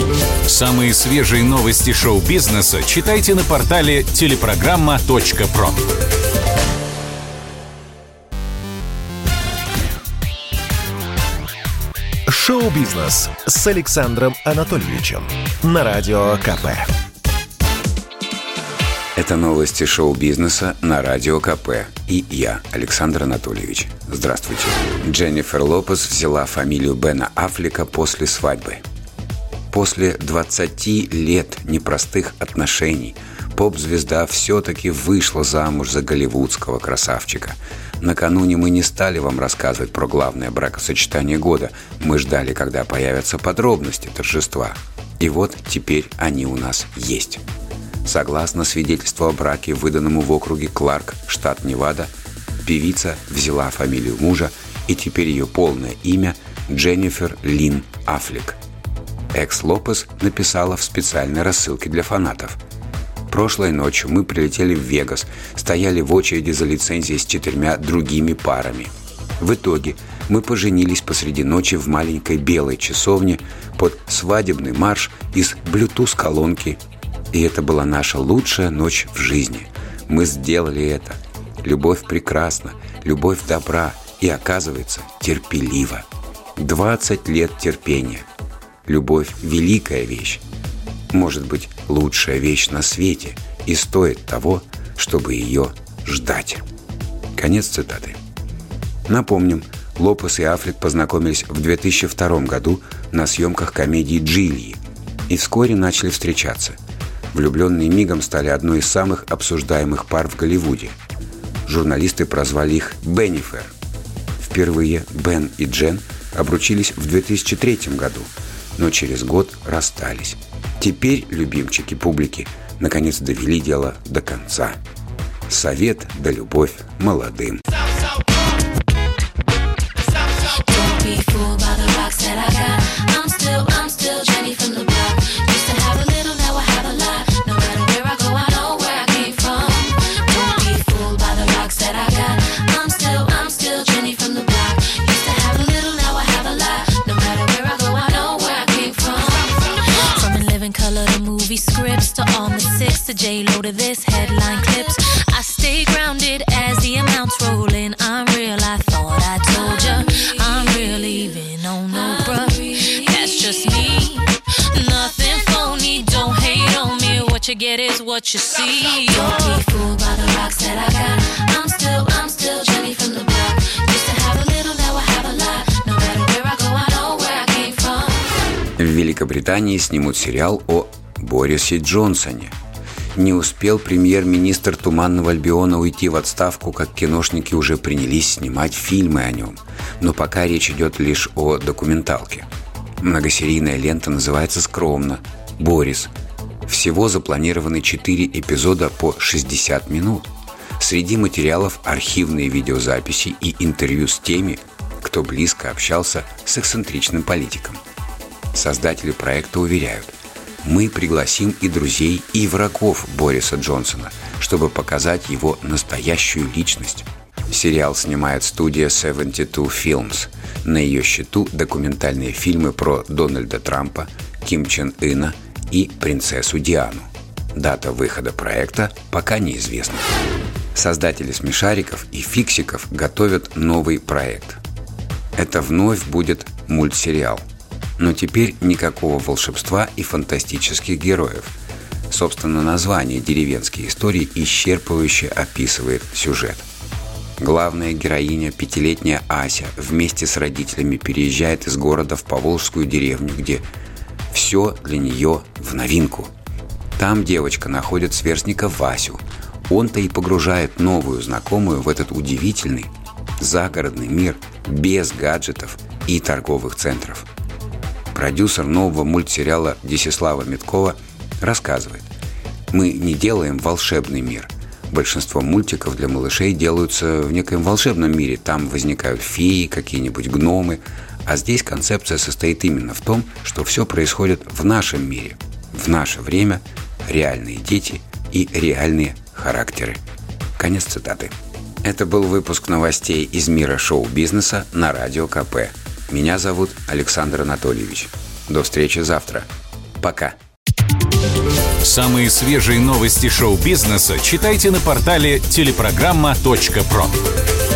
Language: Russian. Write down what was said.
Самые свежие новости шоу-бизнеса читайте на портале телепрограмма.про. Шоу-бизнес с Александром Анатольевичем на Радио КП. Это новости шоу-бизнеса на Радио КП. И я, Александр Анатольевич. Здравствуйте. Дженнифер Лопес взяла фамилию Бена Аффлека после свадьбы. После 20 лет непростых отношений поп-звезда все-таки вышла замуж за голливудского красавчика. Накануне мы не стали вам рассказывать про главное бракосочетание года. Мы ждали, когда появятся подробности торжества. И вот теперь они у нас есть. Согласно свидетельству о браке, выданному в округе Кларк, штат Невада, певица взяла фамилию мужа, и теперь ее полное имя – Дженнифер Лин Аффлек. Экс-Лопес написала в специальной рассылке для фанатов: «Прошлой ночью мы прилетели в Вегас, стояли в очереди за лицензией с 4 другими парами. В итоге мы поженились посреди ночи в маленькой белой часовне под свадебный марш из Bluetooth-колонки. И это была наша лучшая ночь в жизни. Мы сделали это. Любовь прекрасна, любовь добра и, оказывается, терпелива. 20 лет терпения. Любовь – великая вещь. Может быть, лучшая вещь на свете и стоит того, чтобы ее ждать». Конец цитаты. Напомним, Лопес и Аффлек познакомились в 2002 году на съемках комедии «Джильи» и вскоре начали встречаться. Влюбленные мигом стали одной из самых обсуждаемых пар в Голливуде. Журналисты прозвали их «Беннифер». Впервые Бен и Джен обручились в 2003 году, но через год расстались. Теперь любимчики публики наконец довели дело до конца. Совет да любовь молодым. Scripts to all the six to J-Lo to this headline clips. I stay grounded as the amounts roll in. I'm real, I thought I told ya. I'm real even on no bruh. That's just me. Nothing phony, don't hate on me. What you get is what you see. Don't be fooled by the rocks that I got. I'm still Jenny from the block. Used to have a little, now I have a lot. No matter where I go, I know where I came from. В Великобритании снимут сериал о Борисе Джонсоне. Не успел премьер-министр Туманного Альбиона уйти в отставку, как киношники уже принялись снимать фильмы о нем. Но пока речь идет лишь о документалке. Многосерийная лента называется скромно «Борис». Всего запланированы 4 эпизода по 60 минут. Среди материалов архивные видеозаписи и интервью с теми, кто близко общался с эксцентричным политиком. Создатели проекта уверяют: мы пригласим и друзей, и врагов Бориса Джонсона, чтобы показать его настоящую личность. Сериал снимает студия 72 Films. На ее счету документальные фильмы про Дональда Трампа, Ким Чен Ына и принцессу Диану. Дата выхода проекта пока неизвестна. Создатели «Смешариков» и «Фиксиков» готовят новый проект. Это вновь будет мультсериал. Но теперь никакого волшебства и фантастических героев. Собственно, название «Деревенские истории» исчерпывающе описывает сюжет. Главная героиня, 5-летняя Ася, вместе с родителями переезжает из города в поволжскую деревню, где все для нее в новинку. Там девочка находит сверстника Васю. Он-то и погружает новую знакомую в этот удивительный загородный мир без гаджетов и торговых центров. Продюсер нового мультсериала Десислава Миткова рассказывает: «Мы не делаем волшебный мир. Большинство мультиков для малышей делаются в некоем волшебном мире. Там возникают феи, какие-нибудь гномы. А здесь концепция состоит именно в том, что все происходит в нашем мире. В наше время реальные дети и реальные характеры». Конец цитаты. Это был выпуск новостей из мира шоу-бизнеса на Радио КП. Меня зовут Александр Анатольевич. До встречи завтра. Пока. Самые свежие новости шоу-бизнеса читайте на портале телепрограмма.про.